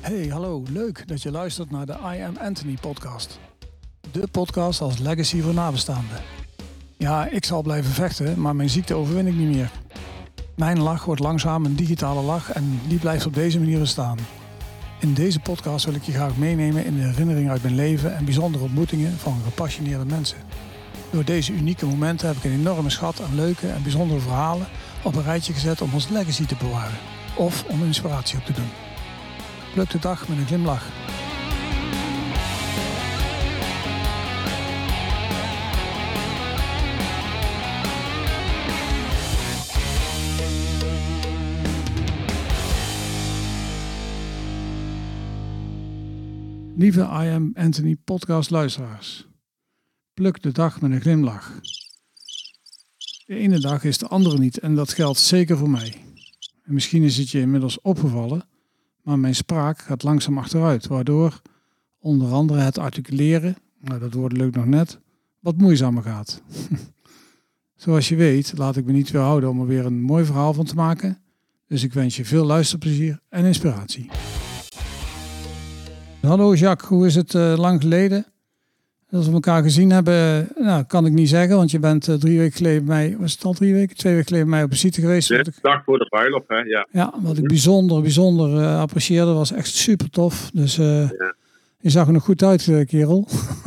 Hey, hallo. Leuk dat je luistert naar de I Am Anthony podcast. De podcast als legacy voor nabestaanden. Ja, ik zal blijven vechten, maar mijn ziekte overwin ik niet meer. Mijn lach wordt langzaam een digitale lach en die blijft op deze manier bestaan. In deze podcast wil ik je graag meenemen in de herinneringen uit mijn leven en bijzondere ontmoetingen van gepassioneerde mensen. Door deze unieke momenten heb ik een enorme schat aan leuke en bijzondere verhalen op een rijtje gezet om ons legacy te bewaren of om inspiratie op te doen. Pluk de dag met een glimlach. Lieve I Am Anthony podcast luisteraars. Pluk de dag met een glimlach. De ene dag is de andere niet en dat geldt zeker voor mij. En misschien is het je inmiddels opgevallen, maar mijn spraak gaat langzaam achteruit, waardoor onder andere het articuleren, nou dat woord lukt nog net, wat moeizamer gaat. Zoals je weet laat ik me niet weerhouden om er weer een mooi verhaal van te maken, dus ik wens je veel luisterplezier en inspiratie. Hallo Jacques, hoe is het lang geleden? Dat we elkaar gezien hebben, nou, kan ik niet zeggen, want je bent 3 weken geleden bij mij, was het al 3 weken? 2 weken geleden bij mij op visite geweest. De dag voor de bruiloft, hè? Ja. Ja, wat ik bijzonder apprecieerde, was echt super tof. Dus je zag er nog goed uit, kerel.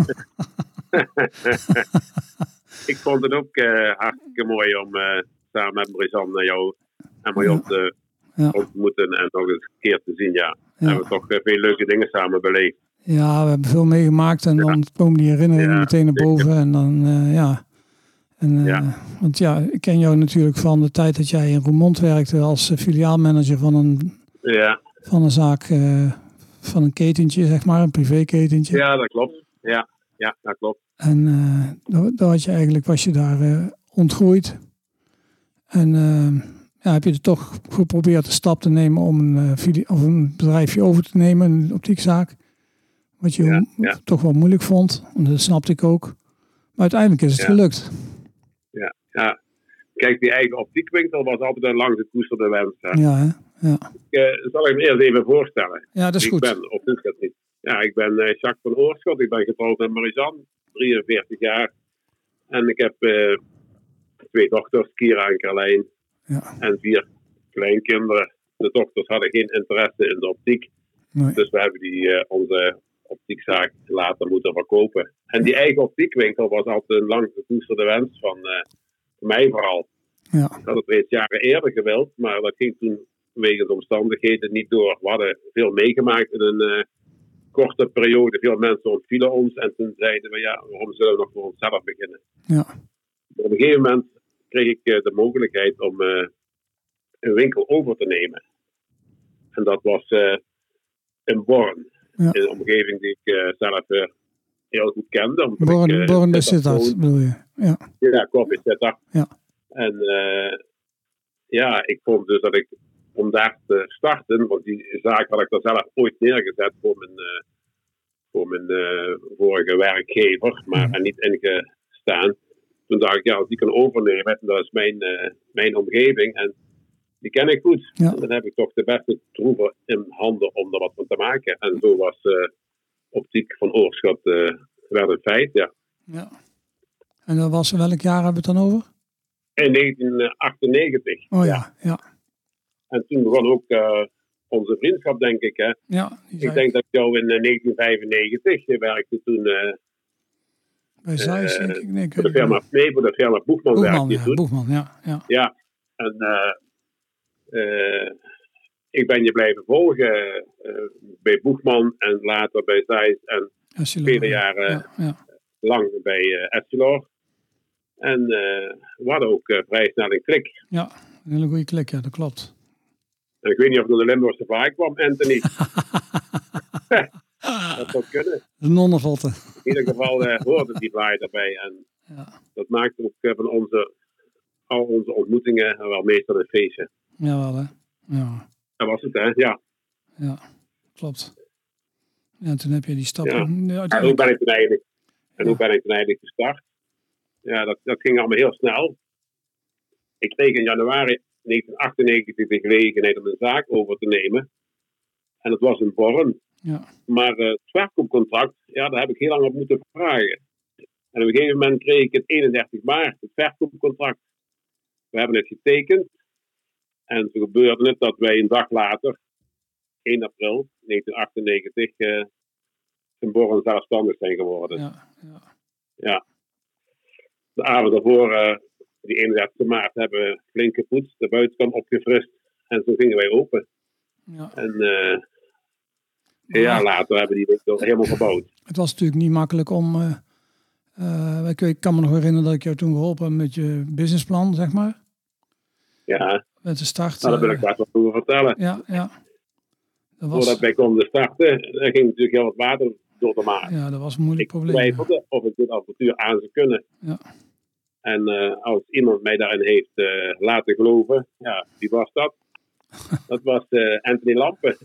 Ik vond het ook hartstikke mooi om samen met Brisanne jou en Marjon te ontmoeten en nog eens een keer te zien. Ja. We hebben toch veel leuke dingen samen beleefd. Ja, we hebben veel meegemaakt en dan komen die herinneringen meteen naar boven. En dan, want ik ken jou natuurlijk van de tijd dat jij in Roermond werkte als filiaalmanager van een zaak, van een ketentje, zeg maar, een privéketentje. Ja, dat klopt. Ja, dat klopt. En daar was je daar ontgroeid. En heb je er toch geprobeerd de stap te nemen om een bedrijfje over te nemen, een optiekzaak. Wat je toch wel moeilijk vond. En dat snapte ik ook. Maar uiteindelijk is het gelukt. Ja. Kijk, die eigen optiekwinkel was altijd een lang gekoesterde wens. Hè? Ja. Ik zal hem eerst even voorstellen. Ja, dat is goed. Ik ben Jacques van Oorschot. Ik ben getrouwd met Marisanne, 43 jaar. En ik heb 2 dochters, Kira en Carlijn. Ja. En 4 kleinkinderen. De dochters hadden geen interesse in de optiek. Nee. Dus we hebben onze optiekzaak later moeten verkopen. En die eigen optiekwinkel was altijd een lang gekoesterde wens van mij vooral. Ja. Ik had het reeds jaren eerder gewild, maar dat ging toen wegens omstandigheden niet door. We hadden veel meegemaakt in een korte periode. Veel mensen ontvielen ons en toen zeiden we, waarom zullen we nog voor onszelf beginnen? Ja. Op een gegeven moment kreeg ik de mogelijkheid om een winkel over te nemen. En dat was in Born. Ja. In een omgeving die ik zelf heel goed kende. Born bij Sittard, bedoel je? Ja, klopt, bij Sittard. Ja. En ik vond dus dat ik, om daar te starten, want die zaak had ik daar zelf ooit neergezet voor mijn vorige werkgever, maar er niet ingestaan. Toen dacht ik, als die kan overnemen, dat is mijn omgeving en die ken ik goed. Ja. En dan heb ik toch de beste troeven in handen om er wat van te maken. En zo was Optiek van Oorschot werd een feit, ja. En dat was welk jaar hebben we het dan over? In 1998. Oh ja. En toen begon ook onze vriendschap, denk ik. Hè. Ja, ik denk dat ik jou in 1995 werkte toen... bij Zeiss, denk ik. Voor de firma Boegman werkte je toen. Boegman, ja. En ik ben je blijven volgen bij Boegman en later bij Zeiss en vele jaren lang bij Essilor. En we hadden ook vrij snel een klik. Ja, een hele goede klik, ja, dat klopt. En ik weet niet of het door de Limburgse vaart kwam, Anthony. Dat zou kunnen. De nonnenvolte. In ieder geval hoorde die vlaai daarbij. En dat maakt ook van al onze ontmoetingen wel meestal een feestje. Jawel, hè. Ja. Dat was het, hè, ja. Ja, klopt. Ja, toen heb je die stap... Ja. En hoe ben ik toen eigenlijk gestart? Ja, dat ging allemaal heel snel. Ik kreeg in januari 1998 de gelegenheid om een zaak over te nemen. En het was een Born. Ja. Maar het verkoopcontract, ja, daar heb ik heel lang op moeten vragen. En op een gegeven moment kreeg ik het 31 maart, het verkoopcontract. We hebben het getekend. En toen gebeurde het dat wij een dag later, 1 april 1998, in Born zelfstandig zijn geworden. Ja. De avond daarvoor, die 31 maart, hebben we flink gepoetst, de buitenkant opgefrist. En toen gingen wij open. Ja. En een jaar later hebben we die winkel helemaal gebouwd. Het was natuurlijk niet makkelijk om... ik kan me nog herinneren dat ik jou toen geholpen heb met je businessplan, zeg maar. Ja. Met de start. Nou, daar wil ik daar wat over vertellen. Ja. Voordat wij konden starten, er ging natuurlijk heel wat water door de maat. Ja, dat was een moeilijk probleem. Ik twijfelde of ik dit avontuur aan zou kunnen. Ja. En als iemand mij daarin heeft laten geloven, ja, wie was dat? Dat was Anthony Lampen.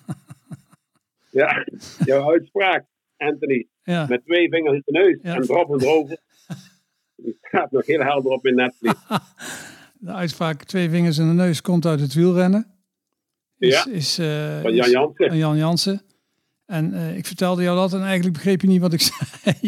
Ja, jouw uitspraak, Anthony. Ja. Met 2 vingers in de neus en droppen erover. Die staat nog heel helder op in Netflix. De uitspraak 2 vingers in de neus komt uit het wielrennen. Van Jan Jansen. Van Jan Jansen. En ik vertelde jou dat en eigenlijk begreep je niet wat ik zei.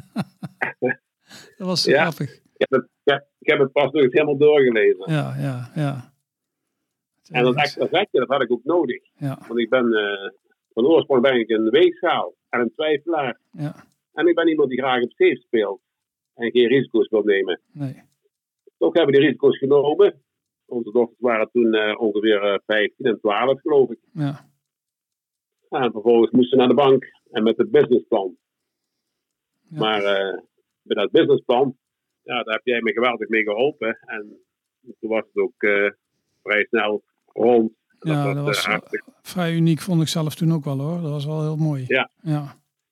Dat was grappig. Ik heb het pas nog eens helemaal doorgelezen. Ja. En dat extra vetje, dat had ik ook nodig. Ja. Want ik ben, van oorsprong ben ik een weegschaal en een twijfelaar. Ja. En ik ben iemand die graag op safe speelt. En geen risico's wil nemen. Nee. Toch hebben we die risico's genomen. Onze dochters waren toen ongeveer 15 en 12, geloof ik. Ja. En vervolgens moesten ze naar de bank en met het businessplan. Ja. Maar met dat businessplan, ja, daar heb jij me geweldig mee geholpen. En toen was het ook vrij snel rond. Ja, dat was vrij uniek, vond ik zelf toen ook wel, hoor. Dat was wel heel mooi. Ja.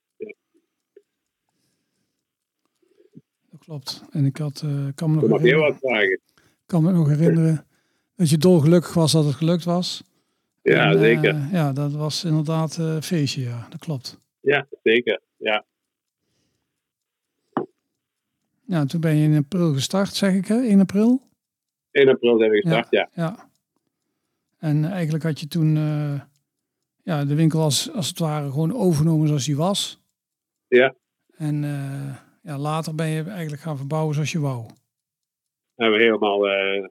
Dat klopt. En ik kan me nog herinneren, nog herinneren dat je dolgelukkig was dat het gelukt was. Ja, en, zeker. Ja, dat was inderdaad een feestje, ja. Dat klopt. Ja, zeker. Ja. Ja, toen ben je in april gestart, zeg ik, hè? 1 april? 1 april zijn we gestart, ja. En eigenlijk had je toen de winkel als het ware gewoon overgenomen zoals die was. Ja. En later ben je eigenlijk gaan verbouwen zoals je wou. Hebben we helemaal,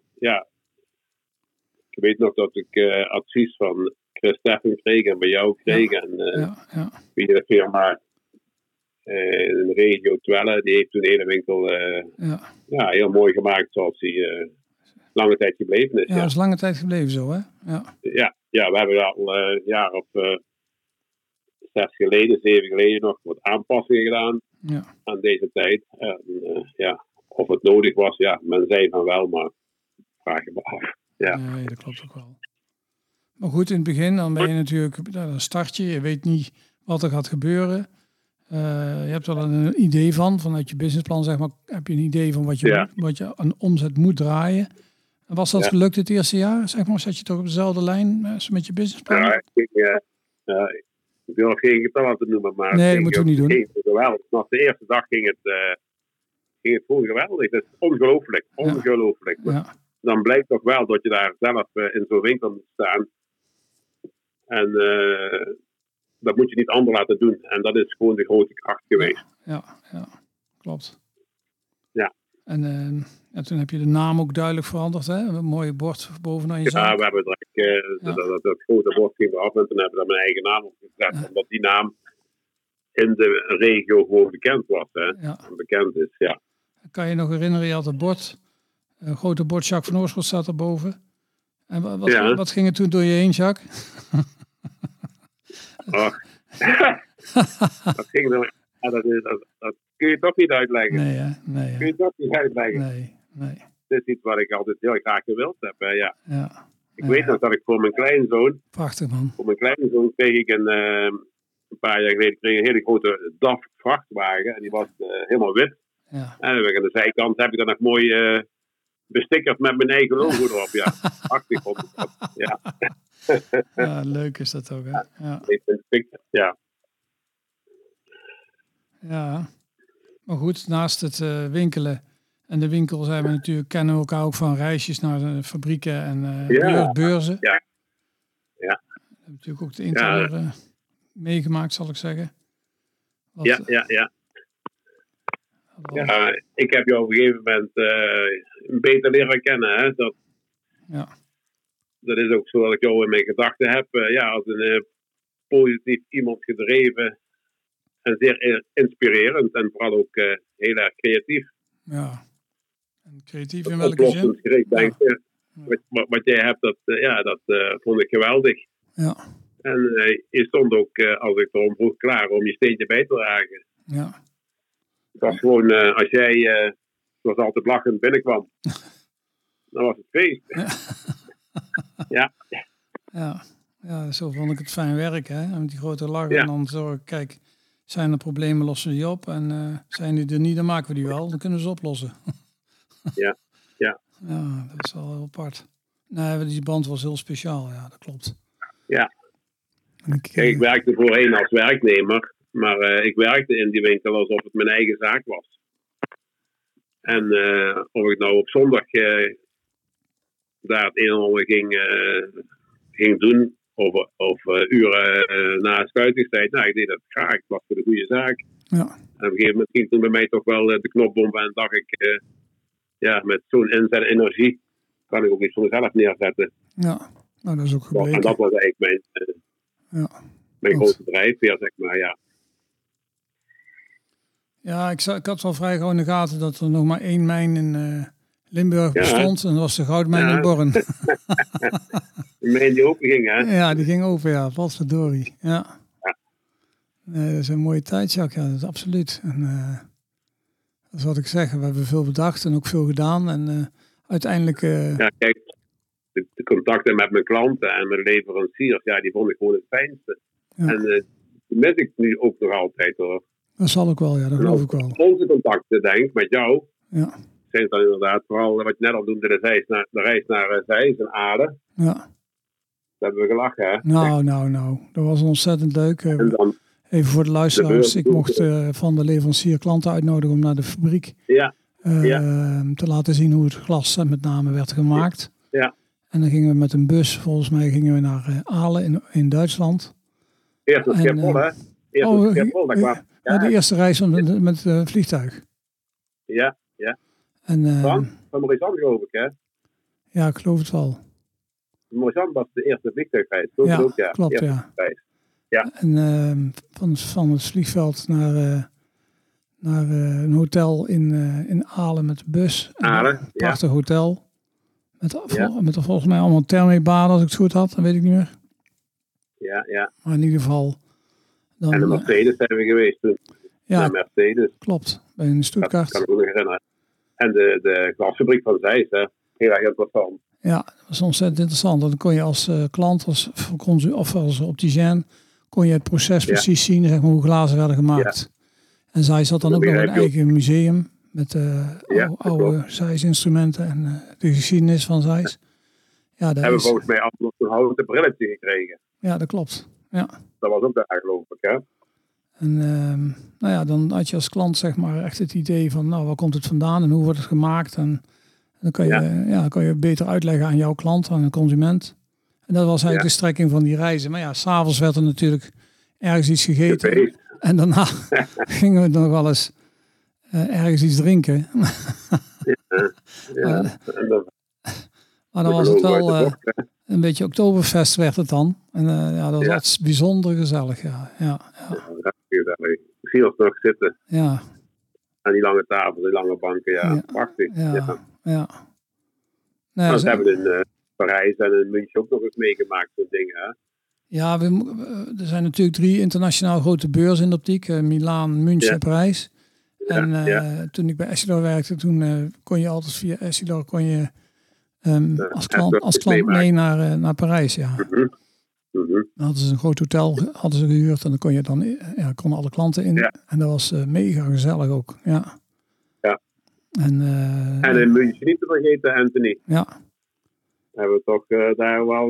Ik weet nog dat ik advies van Chris Steffen kreeg en bij jou kreeg. En via de firma in de regio Twelle, die heeft toen de hele winkel heel mooi gemaakt zoals die lange tijd gebleven is. Ja, dat is lange tijd gebleven zo, hè? Ja, we hebben al een jaar of 6 geleden, 7 geleden nog wat aanpassingen gedaan aan deze tijd. Of het nodig was, men zei van wel, maar vraag je me af. Ja. Nee, dat klopt ook wel. Maar goed, in het begin dan ben je natuurlijk, dan start je weet niet wat er gaat gebeuren. Je hebt wel een idee vanuit je businessplan, zeg maar, heb je een idee van wat je aan omzet moet draaien. En was dat gelukt het eerste jaar? Zeg maar, zat je toch op dezelfde lijn met je businessplan? Ja, ik wil nog geen getallen te noemen, maar nee, dat moeten we niet doen. Geweldig. Vanaf de eerste dag ging het gewoon geweldig. Dat is ongelooflijk. Ja. Dan blijkt toch wel dat je daar zelf in zo'n winkel moet staan. En dat moet je niet anderen laten doen. En dat is gewoon de grote kracht geweest. Ja, klopt. Ja. En toen heb je de naam ook duidelijk veranderd, hè? Een mooie bord bovenaan je zaak. Ja, we hebben dat grote bord ging eraf en toen hebben we daar mijn eigen naam op gezet. Omdat die naam in de regio gewoon bekend was. Hè? Ja. Bekend is, ja. Kan je nog herinneren, je had een bord. Een grote bord, Jacques van Oorschot staat erboven. En wat ging er toen door je heen, Jacques? Dat ging er... Dat kun je toch niet uitleggen. Nee. Kun je toch niet uitleggen. Nee. Het is iets wat ik altijd heel graag gewild heb. Ik weet nog dat ik voor mijn kleinzoon... Prachtig, man. Voor mijn kleinzoon kreeg ik een paar jaar geleden een hele grote DAF vrachtwagen. En die was helemaal wit. Ja. En aan de zijkant heb ik dan nog mooi bestickerd met mijn eigen logo erop. Ja, achtergrond. Ja. Ja, leuk is dat ook, hè? Ja. Ja, maar goed, naast het winkelen en de winkel kennen we elkaar ook van reisjes naar de fabrieken en beurzen. Ja. natuurlijk ook de interieur meegemaakt, zal ik zeggen. Ja. Ja, ik heb je op een gegeven moment beter leren kennen. Hè? Dat is ook zo dat ik jou in mijn gedachten heb. Als een positief iemand gedreven en zeer inspirerend en vooral ook heel erg creatief. Ja, en creatief in welke zin? Oplossingsgericht denken. Wat jij hebt, dat vond ik geweldig. Ja. En je stond ook, als ik erom vroeg, klaar om je steentje bij te dragen. Ja. Het was gewoon, als jij zoals altijd lachend binnenkwam, dan was het feest. Ja, zo vond ik het fijn werk, hè? Met die grote lach en dan zorgen, kijk, zijn er problemen, lossen we die op. En zijn die er niet, dan maken we die wel. Dan kunnen we ze oplossen. Ja. Ja, dat is wel heel apart. Nee, die band was heel speciaal, ja, dat klopt. Ja. Ik werkte voorheen als werknemer, maar ik werkte in die winkel alsof het mijn eigen zaak was. En of ik nou op zondag daar het een en ander ging doen, of uren na sluitingstijd, nou, ik deed dat graag. Het was voor de goede zaak. Ja. En op een gegeven moment ging toen bij mij toch wel de knop om en dacht ik, met zo'n inzet energie kan ik ook iets voor mezelf neerzetten. Ja, nou dat is ook gebleken. En dat was eigenlijk mijn grote drijfveer, zeg maar, ja. Ja, ik had wel vrij gewoon in de gaten dat er nog maar 1 mijn in Limburg bestond. En dat was de goudmijn in Born. De mijn die open ging, hè? Ja, die ging open, ja. Potverdorie. Ja. Nee, dat is een mooie tijd, Jacques. Ja, dat is absoluut. En dat is wat ik zeg. We hebben veel bedacht en ook veel gedaan. En uiteindelijk... Ja, kijk, de contacten met mijn klanten en mijn leveranciers, ja, die vond ik gewoon het fijnste. Ja. En die mis ik nu ook nog altijd, hoor. Dat zal ook wel, ja, dat geloof ik wel. Onze contacten, denk ik, met jou, zijn dan inderdaad vooral wat je net al noemde, de reis naar Zeist en Aarde. Ja. Daar hebben we gelachen, hè? Nou. Dat was ontzettend leuk. En dan, even voor de luisteraars, ik mocht van de leverancier klanten uitnodigen om naar de fabriek te laten zien hoe het glas met name werd gemaakt. Ja. En dan gingen we met een bus, volgens mij naar Aalen in Duitsland. Eerst naar Schiphol, hè? De eerste reis met het vliegtuig. Ja. En, van Morizan geloof ik, hè? Ja, ik geloof het wel. Morizan was de eerste vliegtuigreis. Klopt, ja. Ja. En van het vliegveld naar een hotel in Aalen met de bus. Aalen, een prachtig hotel. Met volgens mij allemaal thermebaden, als ik het goed had. Dat weet ik niet meer. Ja. Maar in ieder geval... Dan, en de Mercedes zijn we geweest toen. Ja, Mercedes. Klopt. Bij Stuttgart. Dat kan ik me nog herinneren. En de glasfabriek van Zeist, hè. Heel erg interessant. Ja, dat was ontzettend interessant. Dan kon je als klant, of als opticien, kon je het proces precies zien, zeg maar, hoe glazen werden gemaakt. Ja. En Zeist had dan ook nog een eigen museum met oude Zeist-instrumenten en de geschiedenis van Zeist. Ja, hebben we volgens mij allemaal een houten brilletje gekregen. Ja, dat klopt. Ja. Dat was ook daar, geloof ik, hè? En dan had je als klant zeg maar echt het idee van, waar komt het vandaan en hoe wordt het gemaakt? En dan kan je beter uitleggen aan jouw klant, aan een consument. En dat was eigenlijk de strekking van die reizen. Maar ja, s'avonds werd er natuurlijk ergens iets gegeten. En daarna gingen we nog wel eens ergens iets drinken. Maar dan was het wel een beetje Oktoberfest werd het dan. En dat was altijd bijzonder gezellig, ja. Ik zie ons nog zitten. Ja. Aan die lange tafel, die lange banken, prachtig. Ja. Dat hebben we in Parijs en in München ook nog eens meegemaakt, zo'n dingen, hè? Ja, er zijn natuurlijk 3 internationaal grote beurzen in de optiek. Milaan, München en Parijs. En toen ik bij Essilor werkte, toen kon je altijd via Essilor als klant mee naar Parijs, ja. Dan hadden ze een groot hotel gehuurd en dan konden alle klanten in. En dat was mega gezellig ook, ja. En in München niet te vergeten, Anthony. Ja. Hebben we toch daar wel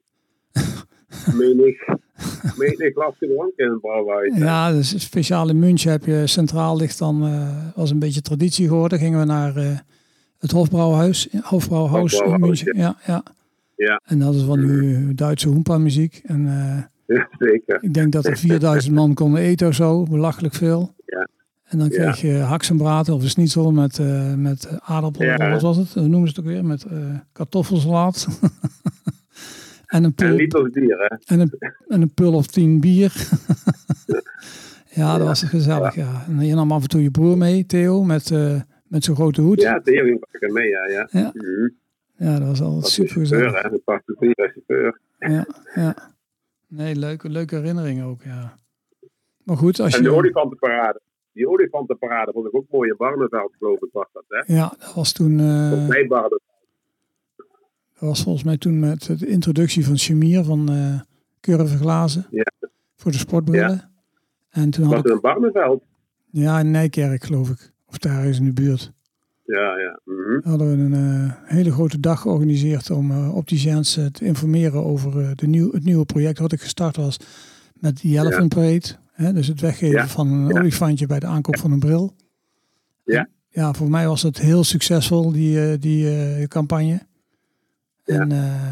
menig glas gedronken in een brouwhuis. Ja, dus speciaal in München heb je centraal ligt dan, was een beetje traditie geworden. Gingen we naar het Hofbrouwhuis in München. Ja. En dat is van die Duitse hoempa-muziek. En ja, zeker. ik denk dat er 4000 man konden eten of zo. Belachelijk veel. Ja. En dan kreeg je haksenbraten of een schnitzel met aardappel. Ja. Wat was het? Hoe noemen ze het ook weer? Met kartoffelsalaat. En een pul. Liters bier, hè? En een pul of 10 bier. Ja, dat was gezellig, ja. En je nam af en toe je broer mee, Theo, met zo'n grote hoed. Ja, Theo ging pakken mee, ja. Ja, ja dat was al super gezellig. Een particuliere chauffeur. Ja. Nee, leuke herinneringen ook, ja. Maar goed, als en je... de olifantenparade. Die olifantenparade vond ik ook mooi in Barneveld, geloof ik, was dat, hè? Ja, dat was toen... Bij Barneveld. Dat was volgens mij toen met de introductie van Chemier van Curve Glazen. Ja. Voor de sportbrillen. Ja. En toen was het in Barneveld? Ja, in Nijkerk, geloof ik. Of daar is in de buurt. Ja. We hadden een hele grote dag georganiseerd om opticiens te informeren over het nieuwe project wat ik gestart was met die Elephant Parade. Hè, dus het weggeven van een olifantje bij de aankoop van een bril. Ja. Ja, voor mij was het heel succesvol, die campagne. Ja.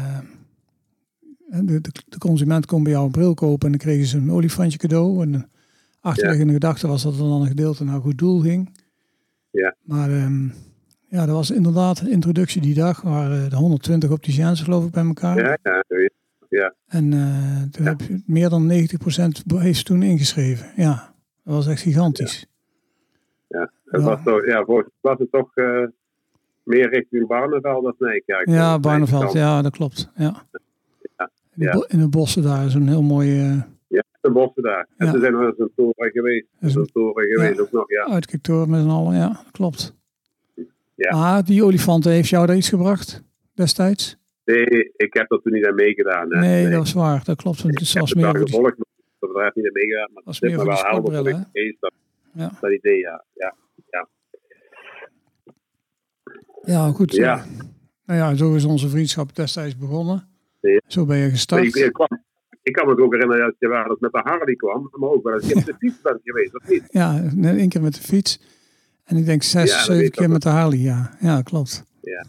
En de consument kon bij jou een bril kopen en dan kregen ze een olifantje cadeau. En de achterliggende gedachte was dat er dan een gedeelte naar een goed doel ging. Ja. Maar dat was inderdaad een introductie die dag. Er waren de 120 opticiens geloof ik bij elkaar. Ja. En toen heb je meer dan 90% heeft toen ingeschreven. Ja, dat was echt gigantisch. Ja, was toch, was het toch meer richting Barneveld dan Nijkerk? Ja, Barneveld, ja, dat klopt. Ja. In de bossen daar is een heel mooi... Ja, de bossen daar. En toen zijn we eens een toren geweest. Ook nog, ja. Uitkijktoren met z'n allen, ja, dat klopt. Ja. Maar die olifanten, heeft jou daar iets gebracht destijds? Nee, ik heb dat toen niet aan meegedaan. Hè. Nee, dat was waar, dat klopt. Want het was meer gevolgd, dat daar niet aan meegedaan. Maar dat was meer voor de sportbrillen, hè? Dat idee, ja. Ja, goed. Ja. Nou ja, zo is onze vriendschap destijds begonnen. Ja. Zo ben je gestart. Ik kan me ook herinneren dat je waar dat met de Harley kwam, maar ook wel eens op de fiets bent geweest, of niet? Ja, 1 keer met de fiets. En ik denk 6, 7 keer met de Harley, ja. Ja, klopt. Ja.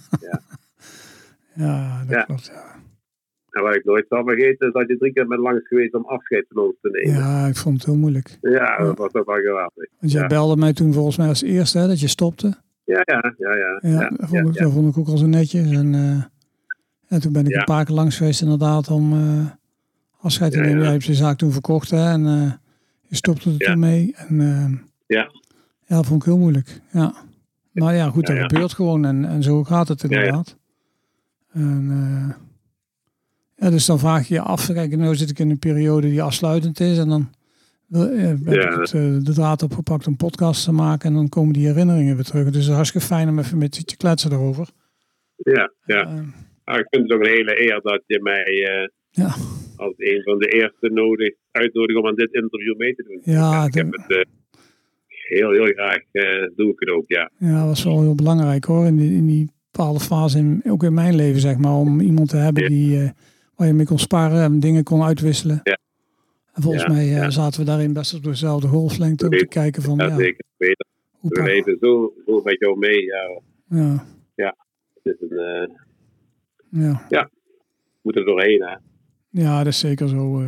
Ja, dat klopt, ja. En wat ik nooit zal vergeten is dat je 3 keer bent langs geweest om afscheid van ons te nemen. Ja, ik vond het heel moeilijk. Ja, dat was toch wel geweldig. Want jij belde mij toen volgens mij als eerste, hè, dat je stopte. Ja. Dat vond ik ook al zo netjes. En toen ben ik een paar keer langs geweest inderdaad om afscheid te nemen. Jij hebt je zaak toen verkocht, hè, en je stopte er toen mee. En, ja, dat vond ik heel moeilijk. Ja. Maar ja, goed, dat gebeurt gewoon en zo gaat het inderdaad. En, dus dan vraag je je af, kijk, nu zit ik in een periode die afsluitend is en dan heb ik de draad opgepakt om podcast te maken en dan komen die herinneringen weer terug. Dus het is hartstikke fijn om even met je te kletsen daarover. Ja. Ik vind het ook een hele eer dat je mij als een van de eerste uitnodigt om aan dit interview mee te doen. Ja, ik heb het heel graag, doe ik het ook, ja. Ja, dat was wel heel belangrijk hoor, in die bepaalde fase, ook in mijn leven zeg maar, om iemand te hebben waar je mee kon sparren en dingen kon uitwisselen. Ja. En volgens mij zaten we daarin best op dezelfde golflengte om te kijken van... Ja, zeker. We leven zo met jou mee. Ja. Het is een... Ja. We moeten er doorheen, hè. Ja, dat is zeker zo.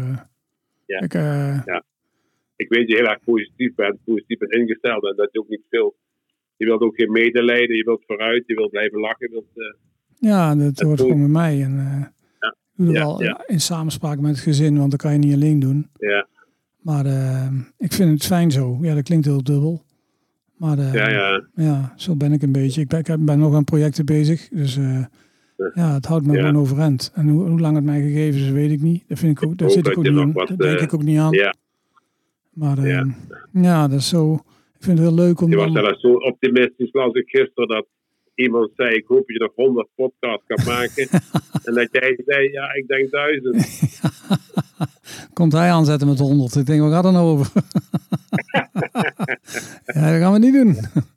Ik weet dat je heel erg positief bent ingesteld en dat je ook niet veel... Je wilt ook geen medelijden, je wilt vooruit, je wilt blijven lachen. Dat hoort gewoon met mij. En doe het wel in samenspraak met het gezin, want dat kan je niet alleen doen. Ja. Maar ik vind het fijn zo. Ja, dat klinkt heel dubbel. Maar zo ben ik een beetje. Ik ben nog aan projecten bezig, dus het houdt me gewoon overeind. En hoe lang het mij gegeven is, weet ik niet. Dat vind ik ook, daar zit ik ook niet aan. Daar denk ik ook niet aan. Ja. Maar dat is zo... Ik vind het heel leuk om... Je was wel zo optimistisch als ik gisteren dat iemand zei, ik hoop dat je nog 100 podcasts kan maken. En dat jij zei, ik denk 1000. Komt hij aanzetten met 100. Ik denk, wat gaat er nou over? Dat gaan we niet doen.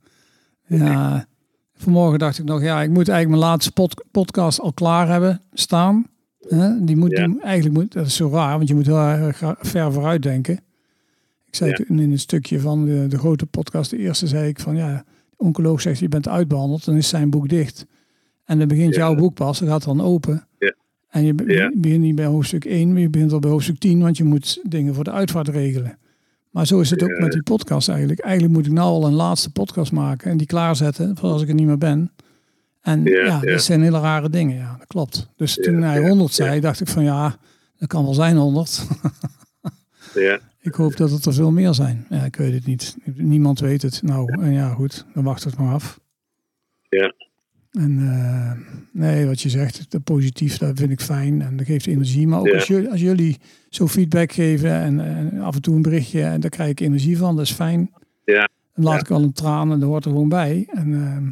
Vanmorgen dacht ik nog, ik moet eigenlijk mijn laatste podcast al klaar hebben staan. Dat is zo raar, want je moet heel erg ver vooruit denken. Ik zei toen in een stukje van de grote podcast, de eerste zei ik van de oncoloog zegt je bent uitbehandeld, dan is zijn boek dicht. En dan begint jouw boek pas, dan gaat dan open. Ja. En je begint niet bij hoofdstuk 1, maar je begint al bij hoofdstuk 10, want je moet dingen voor de uitvaart regelen. Maar zo is het ook met die podcast eigenlijk. Eigenlijk moet ik nou al een laatste podcast maken en die klaarzetten voor als ik er niet meer ben. En dat zijn hele rare dingen, ja, dat klopt. Dus toen hij 100 zei, dacht ik van dat kan wel zijn 100. Ja. Ik hoop dat het er veel meer zijn. Ja, ik weet het niet. Niemand weet het. Nou, en ja, goed, dan wacht het maar af. Ja. En nee, wat je zegt, de positief, dat vind ik fijn en dat geeft energie. Maar ook als jullie zo feedback geven en af en toe een berichtje en daar krijg ik energie van, dat is fijn. Ja. Dan laat ik wel een traan en dat hoort er gewoon bij. En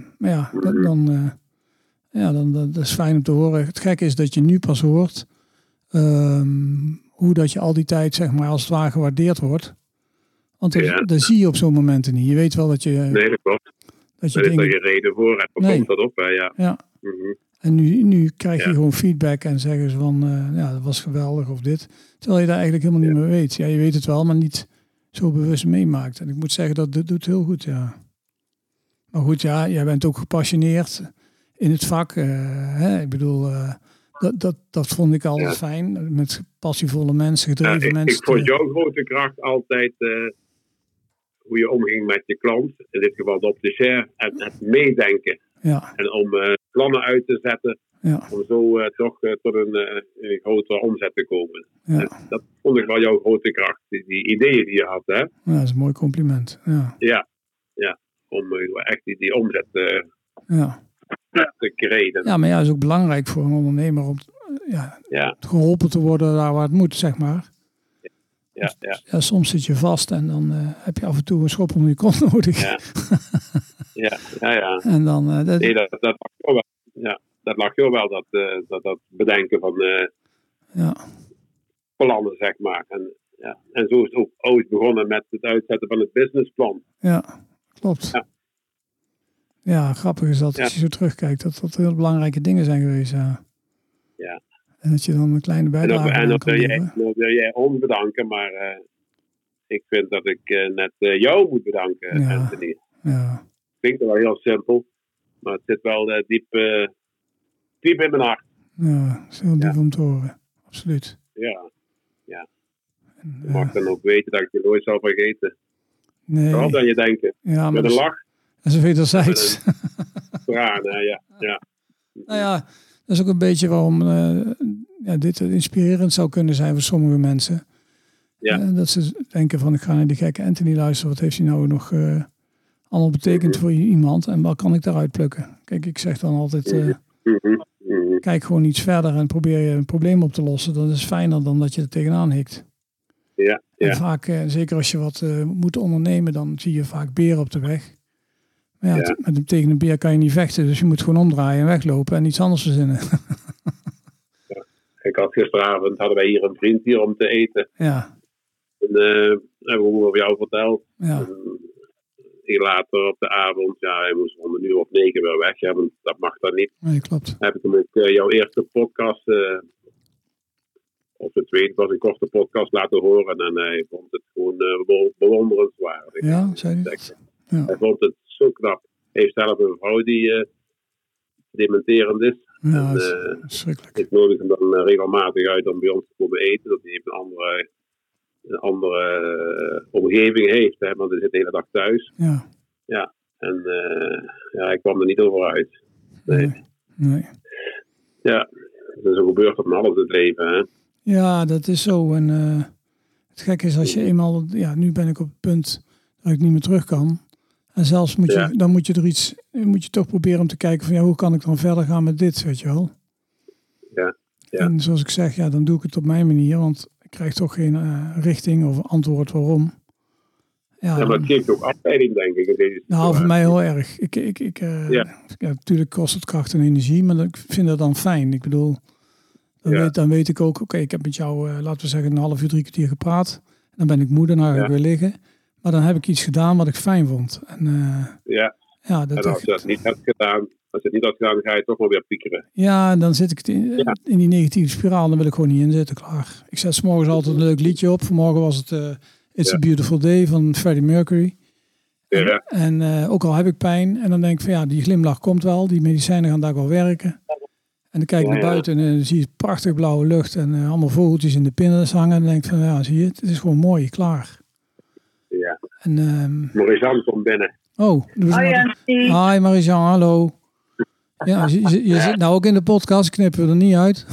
dan dat is fijn om te horen. Het gekke is dat je nu pas hoort hoe dat je al die tijd, zeg maar, als het ware gewaardeerd wordt. Want dat zie je op zo'n momenten niet. Je weet wel dat je... Nee, dat klopt. Dat je daar is er geen reden voor. En dan komt dat op, hè, ja. Mm-hmm. En nu krijg je gewoon feedback en zeggen ze van, dat was geweldig of dit. Terwijl je daar eigenlijk helemaal niet meer weet. Ja, je weet het wel, maar niet zo bewust meemaakt. En ik moet zeggen, dat doet heel goed, ja. Maar goed, ja, jij bent ook gepassioneerd in het vak. Ik bedoel, dat vond ik altijd fijn. Met passievolle mensen, gedreven mensen. Ik vond jouw grote kracht altijd hoe je omging met je klant. In dit geval de opticien. En het meedenken. Ja. En om plannen uit te zetten. Ja. Om zo toch tot een grotere omzet te komen. Ja. Dat vond ik wel jouw grote kracht. Die ideeën die je had. Hè? Ja, dat is een mooi compliment. Ja. Om echt die omzet te creëren. Ja, maar dat is ook belangrijk voor een ondernemer om geholpen te worden daar waar het moet, zeg maar. Ja, soms zit je vast en dan heb je af en toe een schop onder je kont nodig. Ja. En dan... Nee, dat lag jo wel. Ja, dat lag jo wel, dat bedenken van plannen, zeg maar. En zo is het ook ooit begonnen met het uitzetten van het businessplan. Ja, klopt. Ja, grappig is dat als je zo terugkijkt, dat heel belangrijke dingen zijn geweest. Ja. En dat je dan een kleine bijdrage en dan wil jij ons bedanken, maar ik vind dat ik net jou moet bedanken, Anthony. Ja. Klinkt wel heel simpel, maar het zit wel diep in mijn hart. Ja, dat is heel lief om te horen. Absoluut. Ja. Je mag dan ook weten dat ik je nooit zal vergeten. Nee. Vooral dan je denken. Ja, met een lach. En zo wederzijds. Tranen, ja. Nou ja, dat is ook een beetje waarom dit inspirerend zou kunnen zijn voor sommige mensen. Ja. Dat ze denken van, ik ga naar die gekke Anthony luisteren. Wat heeft hij nou nog allemaal betekend voor iemand? En wat kan ik daaruit plukken? Kijk, ik zeg dan altijd, kijk gewoon iets verder en probeer je een probleem op te lossen. Dat is fijner dan dat je er tegenaan hikt. Ja. En vaak, zeker als je wat moet ondernemen, dan zie je vaak beren op de weg. Maar tegen een beer kan je niet vechten, dus je moet gewoon omdraaien en weglopen en iets anders verzinnen. Ik had gisteravond, hadden wij hier een vriend hier om te eten. Ja. En hebben we over jou verteld. Ja. En later op de avond, hij moest om 9:00 weer weg. Ja, want dat mag dan niet. Nee, klopt. Dan heb ik hem ook jouw eerste podcast, of de tweede, was een korte podcast laten horen. En hij vond het gewoon bewonderenswaardig. Ja, zei hij dat? Ja. Hij vond het zo knap. Hij heeft zelf een vrouw die dementerend is. Ja, verschrikkelijk. Ik nodig hem dan regelmatig uit om bij ons te komen eten. Dat hij een andere omgeving heeft. Hè, want hij zit de hele dag thuis. Ja. En ik kwam er niet over uit. Nee. Ja, zo gebeurt dat van alles in het leven. Hè? Ja, dat is zo. En het gekke is als je eenmaal... Ja, nu ben ik op het punt dat ik niet meer terug kan. En zelfs moet je toch proberen om te kijken van hoe kan ik dan verder gaan met dit, weet je wel. Ja. En zoals ik zeg, dan doe ik het op mijn manier, want ik krijg toch geen richting of antwoord waarom. Ja, maar het geeft ook afleiding, denk ik. In deze voor mij heel erg. Natuurlijk kost het kracht en energie, maar ik vind dat dan fijn. Ik bedoel, dan weet ik ook, oké, ik heb met jou, laten we zeggen, 1,5 uur, 3 kwartier gepraat. Dan ben ik moe, dan ga ik weer liggen. Maar dan heb ik iets gedaan wat ik fijn vond. En als je dat niet hebt gedaan, ga je toch wel weer piekeren. Ja, dan zit ik in die negatieve spiraal. Dan wil ik gewoon niet in zitten, klaar. Ik zet 's morgens altijd een leuk liedje op. Vanmorgen was het It's a Beautiful Day van Freddie Mercury. Ja. En ook al heb ik pijn. En dan denk ik van ja, die glimlach komt wel. Die medicijnen gaan daar wel werken. En dan kijk ik naar buiten en dan zie je prachtig blauwe lucht. En allemaal vogeltjes in de pinnen hangen. En dan denk ik van ja, zie je, het is gewoon mooi, klaar. Ja. En, Marijan komt binnen. Oh, hi Marijan, hallo. Ja, je zit nou ook in de podcast, knippen we er niet uit.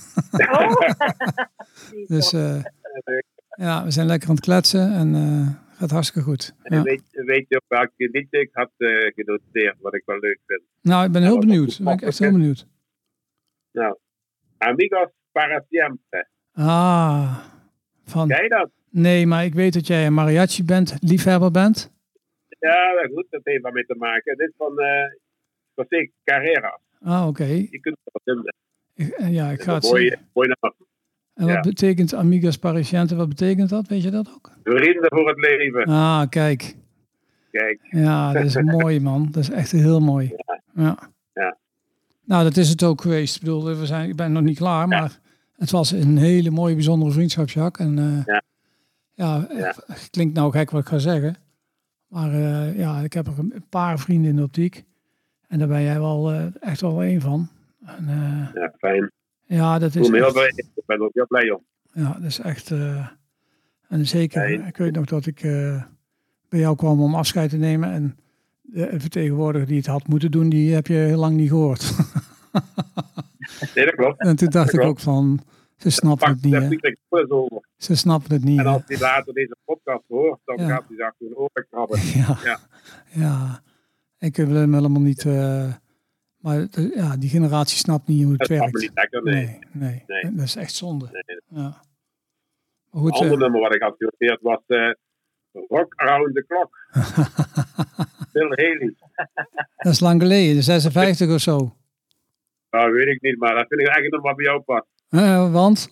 Dus ja, we zijn lekker aan het kletsen en gaat hartstikke goed. Ja. En weet je op welke liedje ik had genoteerd, wat ik wel leuk vind? Nou, ik ben heel benieuwd. Ben ik echt heel benieuwd. Nou, Amigos para siempre. Ken je dat? Nee, maar ik weet dat jij een mariachi liefhebber bent. Ja, goed, dat heeft waarmee te maken. Dit is van José Carreras. Oké. Je kunt het wel vinden. Ja, ik ga het zien. Mooi naam. En wat betekent Amigos para siempre? Wat betekent dat? Weet je dat ook? Vrienden voor het leven. Kijk. Ja, dat is mooi, man. Dat is echt heel mooi. Ja. Nou, dat is het ook geweest. Ik bedoel, ik ben nog niet klaar, maar het was een hele mooie, bijzondere vriendschap, Jacques. En het klinkt nou gek wat ik ga zeggen. Maar ik heb er een paar vrienden in de optiek. En daar ben jij wel echt wel een van. En, ja, fijn. Ja, dat is ik ben er ook heel blij om. Ja, dat is echt... en zeker, fijn. Ik weet nog dat ik bij jou kwam om afscheid te nemen. En de vertegenwoordiger die het had moeten doen, die heb je heel lang niet gehoord. Nee, dat klopt. En toen dacht ik ook van, ze snappen het niet. Ze snappen het niet. En als hij later deze podcast hoort, dan gaat hij zich achter een oren krabben. Ja. Ik wil hem helemaal niet... maar die generatie snapt niet hoe het werkt. Dat snapt me niet lekker, nee. Dat is echt zonde. Nee. Ja. Maar goed, het andere nummer wat ik had genoteerd was Rock Around the Clock. Bill Haley. Dat is lang geleden, de 56 of zo. Nou, weet ik niet, maar dat vind ik eigenlijk nog wat bij jou past. Want?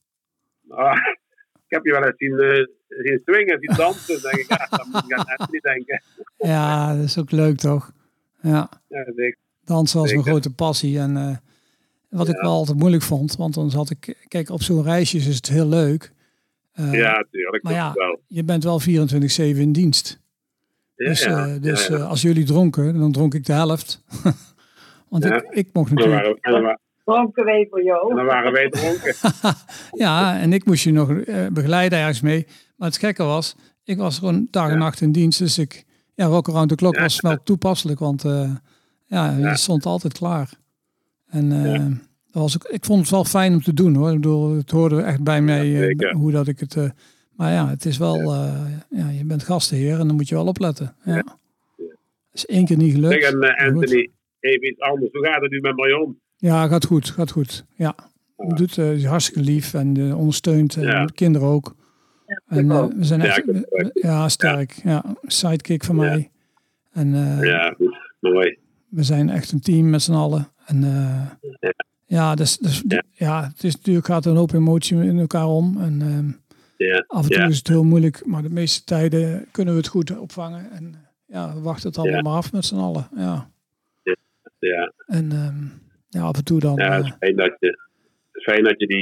Ik heb je wel eens zien swingen, zien dansen. Dan denk ik, dat moet ik aan niet denken. Ja, dat is ook leuk, toch? Ja zeker. Dansen was mijn grote passie. En wat ik wel altijd moeilijk vond, want dan zat ik... Kijk, op zo'n reisje is het heel leuk. Ja, tuurlijk. Maar wel. Je bent wel 24/7 in dienst. Dus als jullie dronken, dan dronk ik de helft. Want ik mocht natuurlijk... Dronken wij voor jou. En dan waren wij dronken. Ja, en ik moest je nog begeleiden ergens mee. Maar het gekke was, ik was gewoon dag en nacht in dienst. Dus Rock Around the Clock was wel toepasselijk. Want je stond altijd klaar. En dat was ik vond het wel fijn om te doen, hoor. Ik bedoel, het hoorde echt bij mij hoe dat ik het... maar ja, het is wel... je bent gastheer en dan moet je wel opletten. Ja. Het is 1 keer niet gelukt. Zeg, Anthony, even iets anders. Hoe gaat het nu met Marion? Ja, gaat goed. Ja. Doet hartstikke lief en ondersteunt kinderen ook. En we zijn echt sterk. Ja, sidekick van mij. En goed, mooi. We zijn echt een team met z'n allen. En het is natuurlijk, gaat een hoop emotie in elkaar om. En af en toe is het heel moeilijk, maar de meeste tijden kunnen we het goed opvangen. En we wachten het allemaal maar af met z'n allen. Ja. En af en toe dan... Ja, het is fijn dat je die...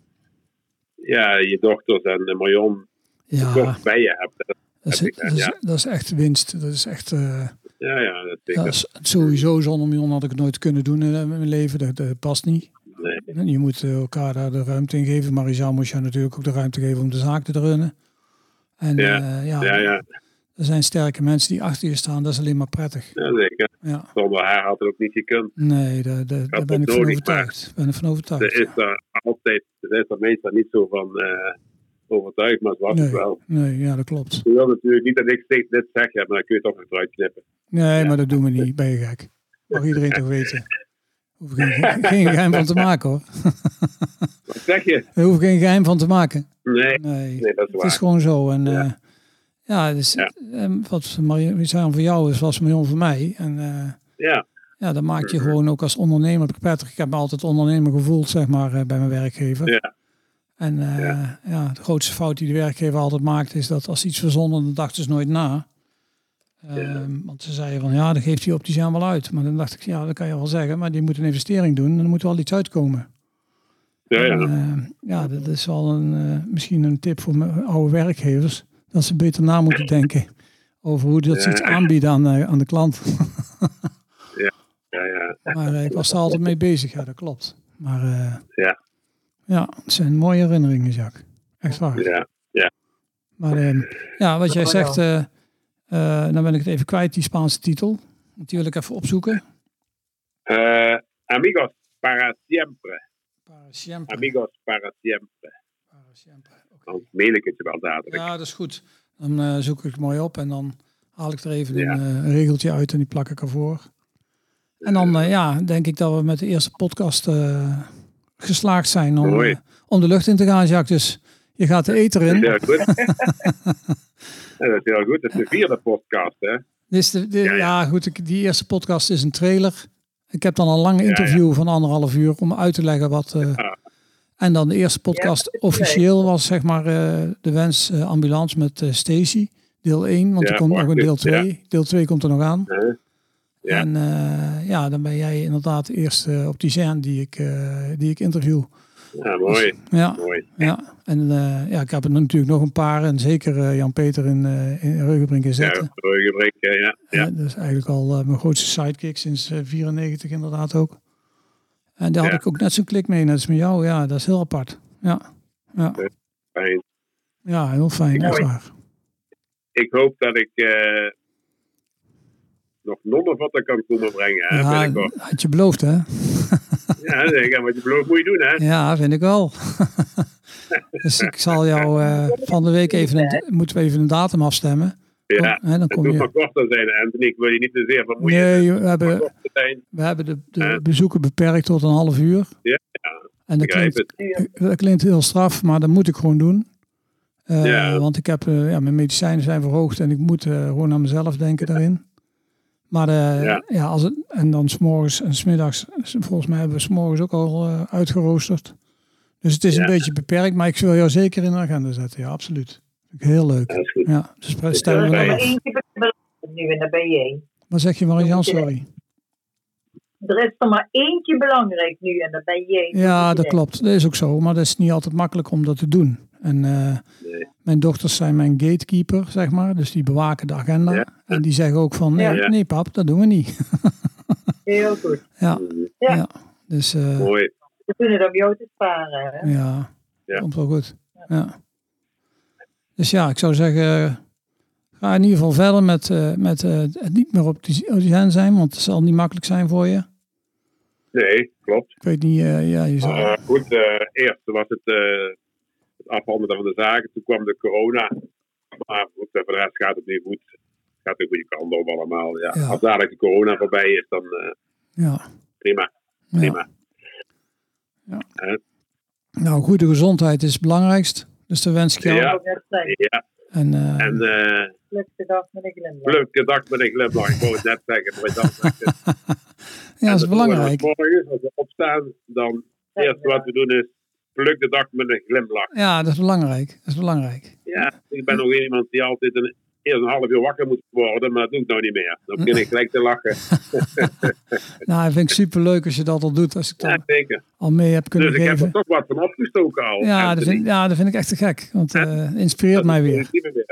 je dochters en Marion kort bij je hebt. Dat is echt winst. Dat is echt... dat is sowieso zonder Marion had ik het nooit kunnen doen in mijn leven. Dat past niet. Nee. Je moet elkaar daar de ruimte in geven. Marijan moest je natuurlijk ook de ruimte geven om de zaak te runnen. En er zijn sterke mensen die achter je staan. Dat is alleen maar prettig. Ja, zeker. Ja. Zonder haar had het ook niet gekund. Nee, daar ben ik van overtuigd. Er is er meestal niet zo van overtuigd, maar het was het wel. Nee, dat klopt. Je wil natuurlijk niet dat ik dit zeg, maar dan kun je toch nog eruit knippen. Nee, maar dat doen we niet. Ben je gek. Mag iedereen toch weten. Hoef geen geheim van te maken, hoor. Wat zeg je? Er hoeft geen geheim van te maken. Nee, dat is waar. Het is gewoon zo. En wat Marijan voor jou is, was Marion voor mij. En dat maakt je gewoon ook als ondernemer prettig. Ik heb me altijd ondernemer gevoeld, zeg maar, bij mijn werkgever. Ja. En de grootste fout die de werkgever altijd maakt, is dat als iets verzonnen, dan dachten ze nooit na. Want ze zeiden van, dan geeft die opticien wel uit. Maar dan dacht ik, dat kan je wel zeggen, maar die moet een investering doen en er moet wel iets uitkomen. Dat is wel misschien een tip voor mijn oude werkgevers, dat ze beter na moeten denken over hoe dat iets aanbiedt aan de klant. Ja. Maar ik was er altijd mee bezig, ja, dat klopt. Maar ja, het zijn mooie herinneringen, Jacques. Echt waar. Ja. Maar wat jij zegt, dan ben ik het even kwijt, die Spaanse titel. Die wil ik even opzoeken. Amigos para siempre. Para siempre. Amigos para siempre. Okay. Dan mail ik het je wel dadelijk. Ja, dat is goed. Dan zoek ik het mooi op en dan haal ik er even een regeltje uit en die plak ik ervoor. En dan denk ik dat we met de eerste podcast geslaagd zijn om de lucht in te gaan, Jacques. Dus je gaat de ether in. Dat is heel goed. Dat is heel goed. Dat is de 4e podcast, hè? Goed. Die eerste podcast is een trailer. Ik heb dan een lang interview van 1,5 uur om uit te leggen wat... En dan de eerste podcast officieel was zeg maar de Wens ambulance met Stacey. Deel 1, want er komt nog een deel 2. Ja. Deel 2 komt er nog aan. Ja. En dan ben jij inderdaad de eerste opticien die ik interview. Ja, mooi. Dus, mooi. Ja. En ik heb er natuurlijk nog een paar. En zeker Jan-Peter in Reugenbrink in Zetten. Ja, Reugenbrink, ja. Dat is eigenlijk al mijn grootste sidekick sinds 94 inderdaad ook. En daar had ik ook net zo'n klik mee, net als met jou. Ja, dat is heel apart. Ja. Fijn. Ja, heel fijn, echt waar. Ik hoop dat ik nog nonnenvatten kan komen brengen. Hè, had je beloofd, hè? Ja, wat je belooft moet je doen, hè? Ja, vind ik wel. Dus ik zal jou van de week moeten we even een datum afstemmen. Ja, dan kom je. Het moet maar korter zijn, Anthony. Ik wil je niet te zeer vermoeien. Nee, we hebben de bezoeken beperkt tot 1,5 uur. Ja, en dat klinkt heel straf, maar dat moet ik gewoon doen. Want ik heb, mijn medicijnen zijn verhoogd en ik moet gewoon aan mezelf denken daarin. Maar en dan 's morgens en 's middags, volgens mij hebben we 's morgens ook al uitgeroosterd. Dus het is een beetje beperkt, maar ik wil jou zeker in de agenda zetten. Ja, absoluut. Vind ik heel leuk. Dat is goed. Ja, dus stel me er eentje belangrijk nu en dat ben jij. Wat zeg je, Marie-Jan? Sorry. Er is er maar eentje belangrijk nu en dat ben jij. Ja, dat klopt. Dat is ook zo, maar dat is niet altijd makkelijk om dat te doen. En mijn dochters zijn mijn gatekeeper, zeg maar. Dus die bewaken de agenda. Ja. En die zeggen ook van, nee pap, dat doen we niet. Heel goed. Ja. Dus, mooi. We kunnen het op jou te sparen. Hè? Ja, komt wel goed. Ja. Dus ik zou zeggen, ga in ieder geval verder met het niet meer op die hand zijn, want het zal niet makkelijk zijn voor je. Nee, klopt. Ik weet niet, je zou... Goed, eerst was het afhandelen van de zaken, toen kwam de corona. Maar goed, voor de rest gaat het nu goed. Het gaat de goede kant op allemaal. Ja. Als dadelijk de corona voorbij is, dan prima. Ja. Nou, goede gezondheid is het belangrijkst. Dus dat wens ik jou. Ja. En Gelukkige dag met een glimlach. Gelukkige dag met een glimlach. Ik wou het net zeggen. Ja, dat is belangrijk. Morgen, als we opstaan, dan het eerste wat we doen is pluk de dag met een glimlach. Ja, dat is belangrijk. Ja, ik ben nog iemand die altijd eerst een half uur wakker moet worden, maar dat doe ik nou niet meer. Dan begin ik gelijk te lachen. Nou, dat vind ik superleuk als je dat al doet. Als ik dat al mee heb kunnen geven. Dus ik heb er toch wat van opgestoken al. Ja, dat vind ik echt te gek. Want het inspireert mij weer.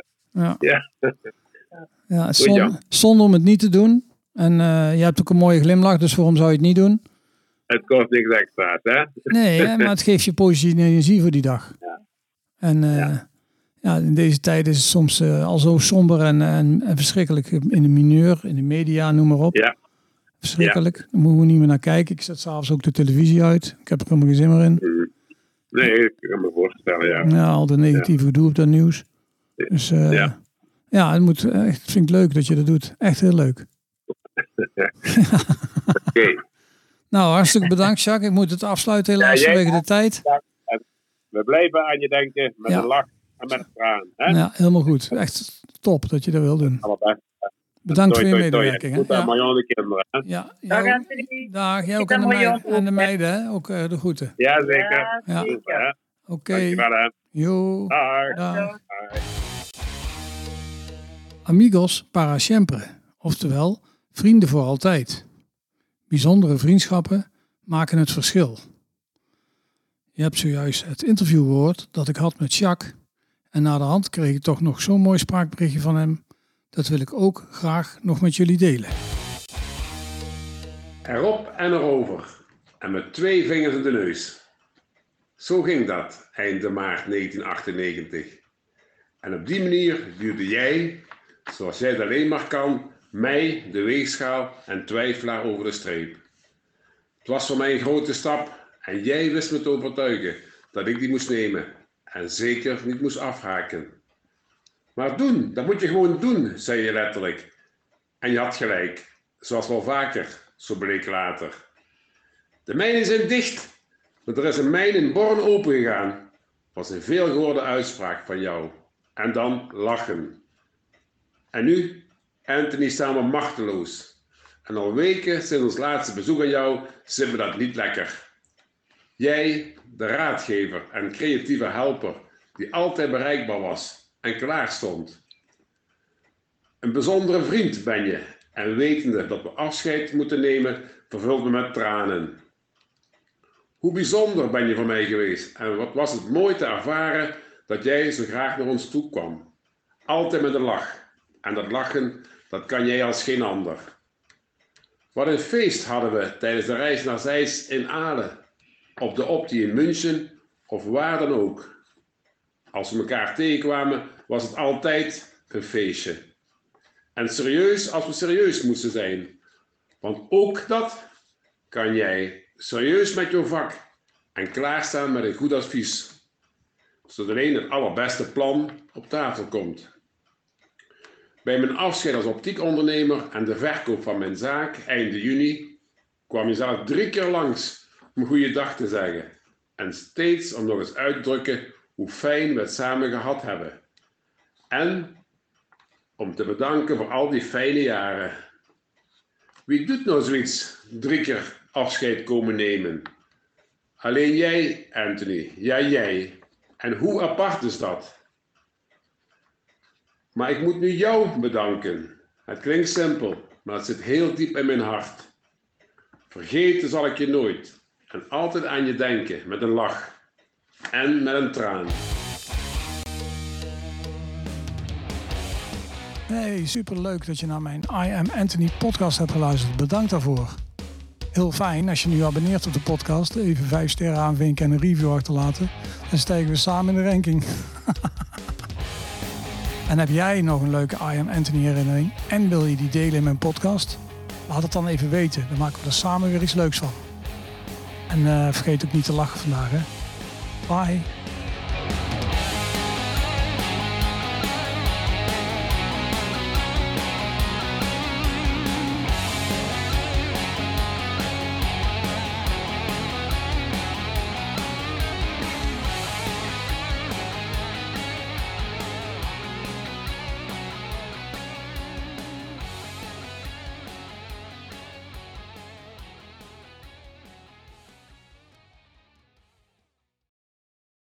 Ja, het is zonde om het niet te doen. En je hebt ook een mooie glimlach, dus waarom zou je het niet doen? Het kost niks extra's, hè? Nee, maar het geeft je positieve energie voor die dag. Ja. En in deze tijd is het soms al zo somber en verschrikkelijk in de mineur, in de media, noem maar op. Ja. Verschrikkelijk. Daar moeten we niet meer naar kijken. Ik zet s'avonds ook de televisie uit. Ik heb er helemaal geen zin meer in. Nee, ik kan me voorstellen, ja. Ja, al de negatieve gedoe op dat nieuws. Dus het moet echt, vind ik leuk dat je dat doet. Echt heel leuk. Oké. Nou, hartstikke bedankt, Jacques. Ik moet het afsluiten helaas vanwege de tijd. We blijven aan je denken met een lach en met een traan. Hè? Ja, helemaal goed. Echt top dat je dat wil doen. Allebei. Bedankt voor je medewerking. Goed aan Marjan de kinderen. Hè? Ja, dag, jij ook aan de meiden. Hè? Ook de groeten. Ja, zeker. Ja. Oké. Dankjewel, hè. Jo. Dag. Amigos para siempre. Oftewel, vrienden voor altijd. Bijzondere vriendschappen maken het verschil. Je hebt zojuist het interview gehoord dat ik had met Jacques. En na de hand kreeg ik toch nog zo'n mooi spraakberichtje van hem. Dat wil ik ook graag nog met jullie delen. Erop en erover. En met 2 vingers in de neus. Zo ging dat eind maart 1998. En op die manier duwde jij, zoals jij het alleen maar kan, mij, de weegschaal en twijfelaar over de streep. Het was voor mij een grote stap en jij wist me te overtuigen dat ik die moest nemen en zeker niet moest afhaken. Maar doen, dat moet je gewoon doen, zei je letterlijk. En je had gelijk, zoals wel vaker, zo bleek later. De mijnen zijn dicht, maar er is een mijn in Born opengegaan, was een veelgehoorde uitspraak van jou. En dan lachen. En nu, Anthony, staan we machteloos. En al weken sinds ons laatste bezoek aan jou zitten we dat niet lekker. Jij, de raadgever en creatieve helper, die altijd bereikbaar was en klaar stond. Een bijzondere vriend ben je en wetende dat we afscheid moeten nemen, vervult me met tranen. Hoe bijzonder ben je voor mij geweest en wat was het mooi te ervaren dat jij zo graag naar ons toe kwam. Altijd met een lach. En dat lachen, dat kan jij als geen ander. Wat een feest hadden we tijdens de reis naar Zeist in Aalen, op de Opti in München of waar dan ook. Als we elkaar tegenkwamen, was het altijd een feestje. En serieus als we serieus moesten zijn. Want ook dat kan jij, serieus met jouw vak en klaarstaan met een goed advies. Zodat alleen het allerbeste plan op tafel komt. Bij mijn afscheid als optiekondernemer en de verkoop van mijn zaak einde juni kwam je zelf 3 keer langs om goede dag te zeggen. En steeds om nog eens uit te drukken hoe fijn we het samen gehad hebben. En om te bedanken voor al die fijne jaren. Wie doet nou zoiets 3 keer afscheid komen nemen? Alleen jij, Anthony. Ja, jij. En hoe apart is dat? Maar ik moet nu jou bedanken. Het klinkt simpel, maar het zit heel diep in mijn hart. Vergeten zal ik je nooit. En altijd aan je denken met een lach. En met een traan. Hey, superleuk dat je naar mijn I Am Anthony podcast hebt geluisterd. Bedankt daarvoor. Heel fijn als je nu abonneert op de podcast. Even 5 sterren aanvinken en een review achterlaten. Dan stijgen we samen in de ranking. En heb jij nog een leuke I Am Anthony herinnering en wil je die delen in mijn podcast? Laat het dan even weten. Dan maken we er samen weer iets leuks van. En vergeet ook niet te lachen vandaag. Hè? Bye.